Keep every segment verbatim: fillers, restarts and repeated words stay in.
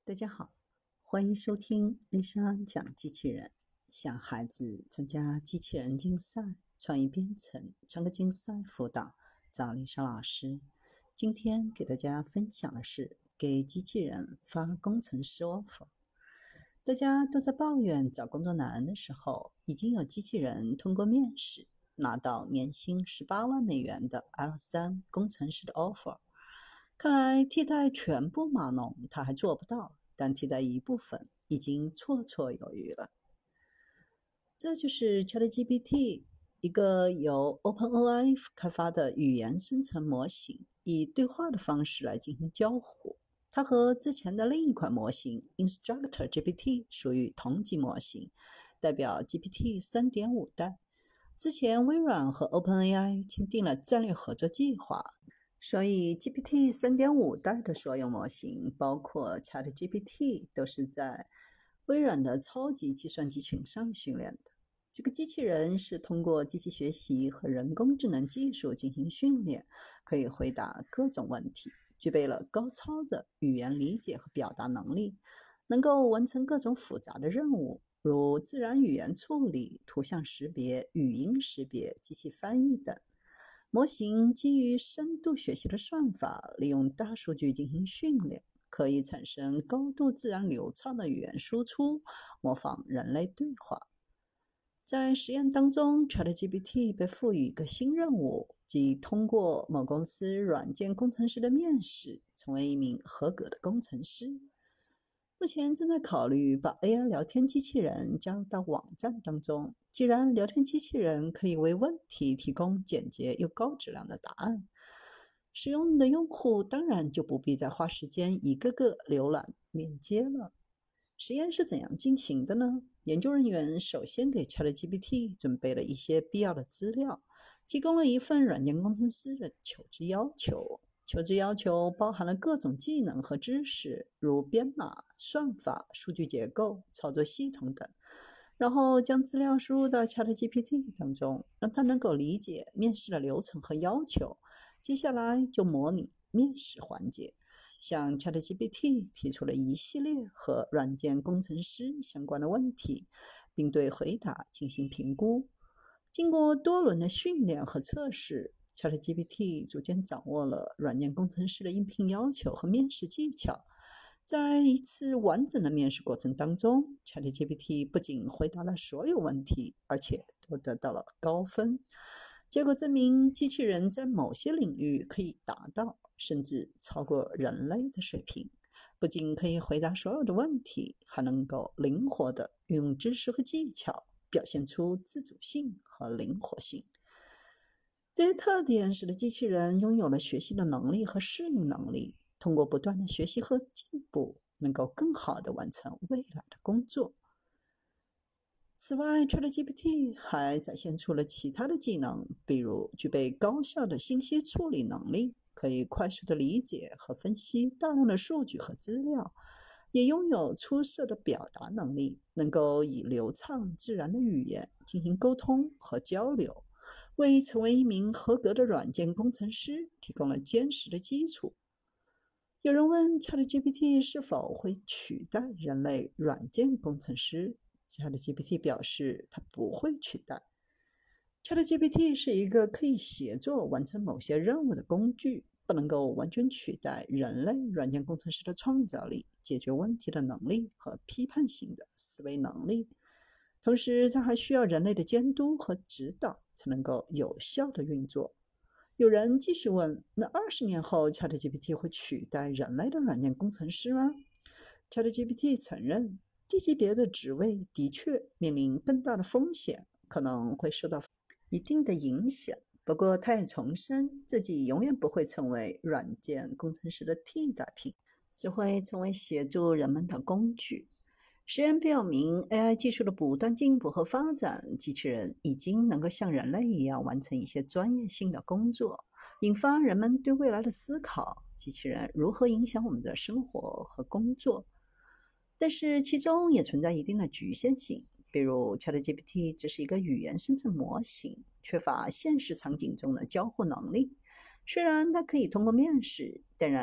大家好，欢迎收听丽莎讲机器人。想孩子参加机器人竞赛、创意编程、创客竞赛辅导，找丽莎老师。今天给大家分享的是给机器人发工程师 offer。大家都在抱怨找工作难的时候，已经有机器人通过面试拿到年薪十八万美元的 L 三 工程师的 offer。看来替代全部码农他还做不到，但替代一部分已经绰绰有余了。这就是 ChatGPT， 一个由 OpenAI 开发的语言生成模型，以对话的方式来进行交互。它和之前的另一款模型 InstructorGPT 属于同级模型，代表 G P T 三点五 代。之前微软和 OpenAI 签订了战略合作计划，所以 G P T 三点五 代的所有模型，包括 ChatGPT， 都是在微软的超级计算机群上训练的。这个机器人是通过机器学习和人工智能技术进行训练，可以回答各种问题，具备了高超的语言理解和表达能力，能够完成各种复杂的任务，如自然语言处理、图像识别、语音识别、机器翻译等。模型基于深度学习的算法，利用大数据进行训练，可以产生高度自然流畅的语言输出，模仿人类对话。在实验当中 ChatGPT 被赋予一个新任务，即通过某公司软件工程师的面试，成为一名合格的工程师。目前正在考虑把 A I 聊天机器人加入到网站当中，既然聊天机器人可以为问题提供简洁又高质量的答案，使用的用户当然就不必再花时间一个个浏览链接了。实验是怎样进行的呢？研究人员首先给 ChatGPT 准备了一些必要的资料，提供了一份软件工程师的求职要求。求职要求包含了各种技能和知识，如编码、算法、数据结构、操作系统等。然后将资料输入到 ChatGPT 当中，让它能够理解面试的流程和要求。接下来就模拟面试环节，向 ChatGPT 提出了一系列和软件工程师相关的问题，并对回答进行评估。经过多轮的训练和测试， ChatGPT 逐渐掌握了软件工程师的应聘要求和面试技巧。在一次完整的面试过程当中， ChatGPT 不仅回答了所有问题，而且都得到了高分。结果证明，机器人在某些领域可以达到甚至超过人类的水平，不仅可以回答所有的问题，还能够灵活地运用知识和技巧，表现出自主性和灵活性。这些特点使得机器人拥有了学习的能力和适应能力，通过不断的学习和进步，能够更好地完成未来的工作。此外 ChatGPT 还展现出了其他的技能，比如具备高效的信息处理能力，可以快速地理解和分析大量的数据和资料，也拥有出色的表达能力，能够以流畅自然的语言进行沟通和交流，为成为一名合格的软件工程师提供了坚实的基础。有人问 ChatGPT 是否会取代人类软件工程师， ChatGPT 表示它不会取代。 ChatGPT 是一个可以协作完成某些任务的工具，不能够完全取代人类软件工程师的创造力、解决问题的能力和批判性的思维能力。同时，它还需要人类的监督和指导，才能够有效的运作。有人继续问，那二十年后 ChatGPT 会取代人类的软件工程师吗？ ChatGPT 承认，低级别的职位的确面临更大的风险，可能会受到一定的影响。不过他也重申，自己永远不会成为软件工程师的替代品，只会成为协助人们的工具。实验表明 A I 技术的不断进步和发展，机器人已经能够像人类一样完成一些专业性的工作，引发人们对未来的思考，机器人如何影响我们的生活和工作。但是其中也存在一定的局限性，比如 ChatGPT 只是一个语言生成模型，缺乏现实场景中的交互能力。虽然它可以通过面试，当然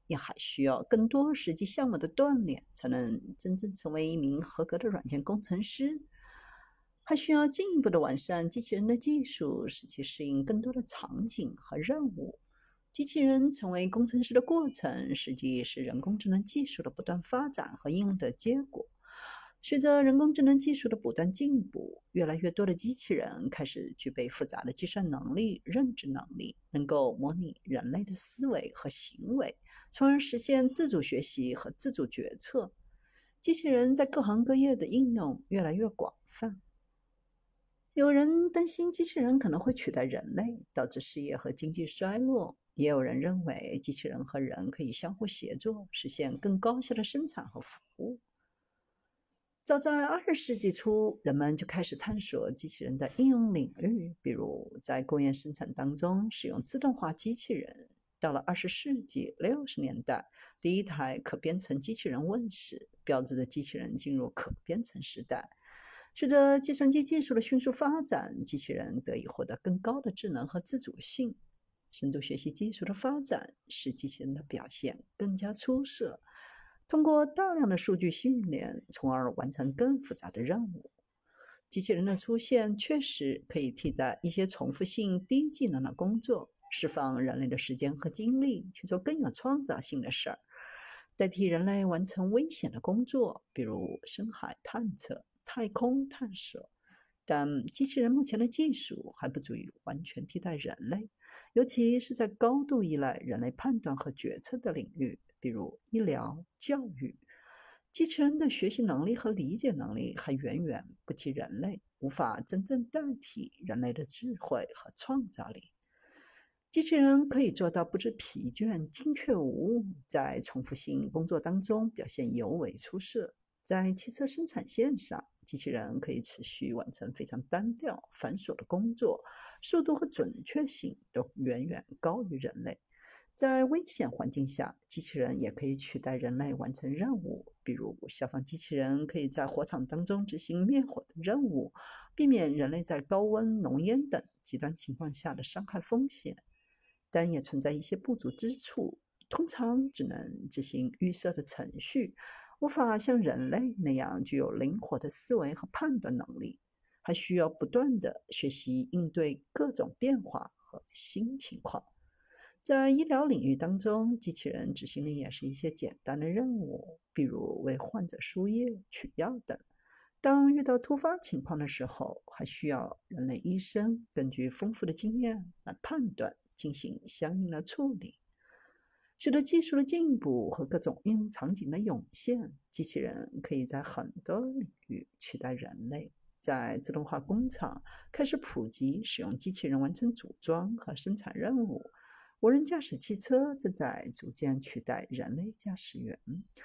也还需要更多实际项目的锻炼，才能真正成为一名合格的软件工程师。还需要进一步的完善机器人的技术，使其适应更多的场景和任务。机器人成为工程师的过程，实际是人工智能技术的不断发展和应用的结果。随着人工智能技术的不断进步，越来越多的机器人开始具备复杂的计算能力、认知能力，能够模拟人类的思维和行为，从而实现自主学习和自主决策。机器人在各行各业的应用越来越广泛。有人担心机器人可能会取代人类，导致事业和经济衰落。也有人认为机器人和人可以相互协作，实现更高效的生产和服务。早在二十世纪初，人们就开始探索机器人的应用领域，比如在工业生产当中使用自动化机器人。到了二十世纪六十年代，第一台可编程机器人问世，标志着机器人进入可编程时代。随着计算机技术的迅速发展，机器人得以获得更高的智能和自主性。深度学习技术的发展使机器人的表现更加出色，通过大量的数据训练，从而完成更复杂的任务。机器人的出现确实可以替代一些重复性低技能的工作，释放人类的时间和精力去做更有创造性的事儿，代替人类完成危险的工作，比如深海探测、太空探索。但机器人目前的技术还不足以完全替代人类，尤其是在高度依赖人类判断和决策的领域，比如医疗、教育。机器人的学习能力和理解能力还远远不及人类，无法真正代替人类的智慧和创造力。机器人可以做到不知疲倦、精确无误，在重复性工作当中表现尤为出色。在汽车生产线上，机器人可以持续完成非常单调、繁琐的工作，速度和准确性都远远高于人类。在危险环境下，机器人也可以取代人类完成任务，比如消防机器人可以在火场当中执行灭火的任务，避免人类在高温、浓烟等极端情况下的伤害风险。但也存在一些不足之处，通常只能执行预设的程序，无法像人类那样具有灵活的思维和判断能力，还需要不断地学习应对各种变化和新情况。在医疗领域当中，机器人执行的也是一些简单的任务，比如为患者输液、取药等。当遇到突发情况的时候，还需要人类医生根据丰富的经验来判断，进行相应的处理。随着技术的进步和各种应用场景的涌现，机器人可以在很多领域取代人类。在自动化工厂开始普及使用机器人完成组装和生产任务，无人驾驶汽车正在逐渐取代人类驾驶员，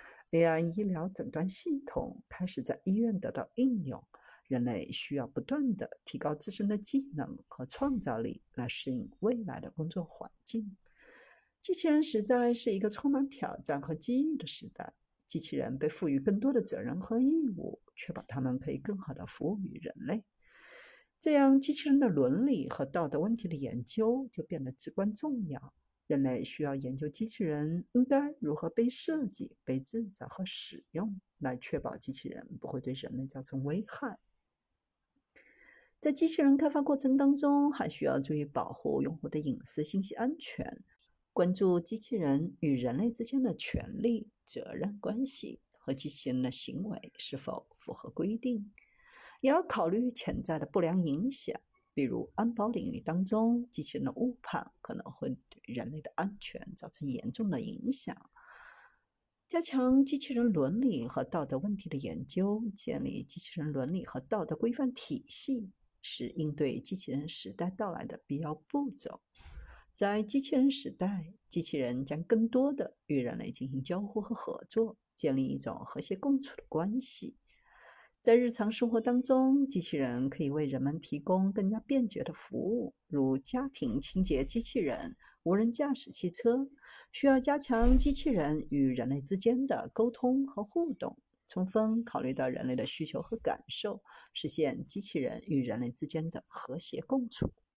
A I 医疗诊断系统开始在医院得到应用。人类需要不断地提高自身的技能和创造力，来适应未来的工作环境。机器人时代是一个充满挑战和机遇的时代，机器人被赋予更多的责任和义务，确保它们可以更好地服务于人类。这样，机器人的伦理和道德问题的研究就变得至关重要。人类需要研究机器人应该如何被设计、被制造和使用，来确保机器人不会对人类造成危害。在机器人开发过程当中，还需要注意保护用户的隐私信息安全，关注机器人与人类之间的权利、责任关系和机器人的行为是否符合规定，也要考虑潜在的不良影响，比如安保领域当中，机器人的误判可能会对人类的安全造成严重的影响。加强机器人伦理和道德问题的研究，建立机器人伦理和道德规范体系，是应对机器人时代到来的必要步骤。在机器人时代，机器人将更多的与人类进行交互和合作，建立一种和谐共处的关系。在日常生活当中，机器人可以为人们提供更加便捷的服务，如家庭清洁机器人、无人驾驶汽车。需要加强机器人与人类之间的沟通和互动，充分考虑到人类的需求和感受，实现机器人与人类之间的和谐共处。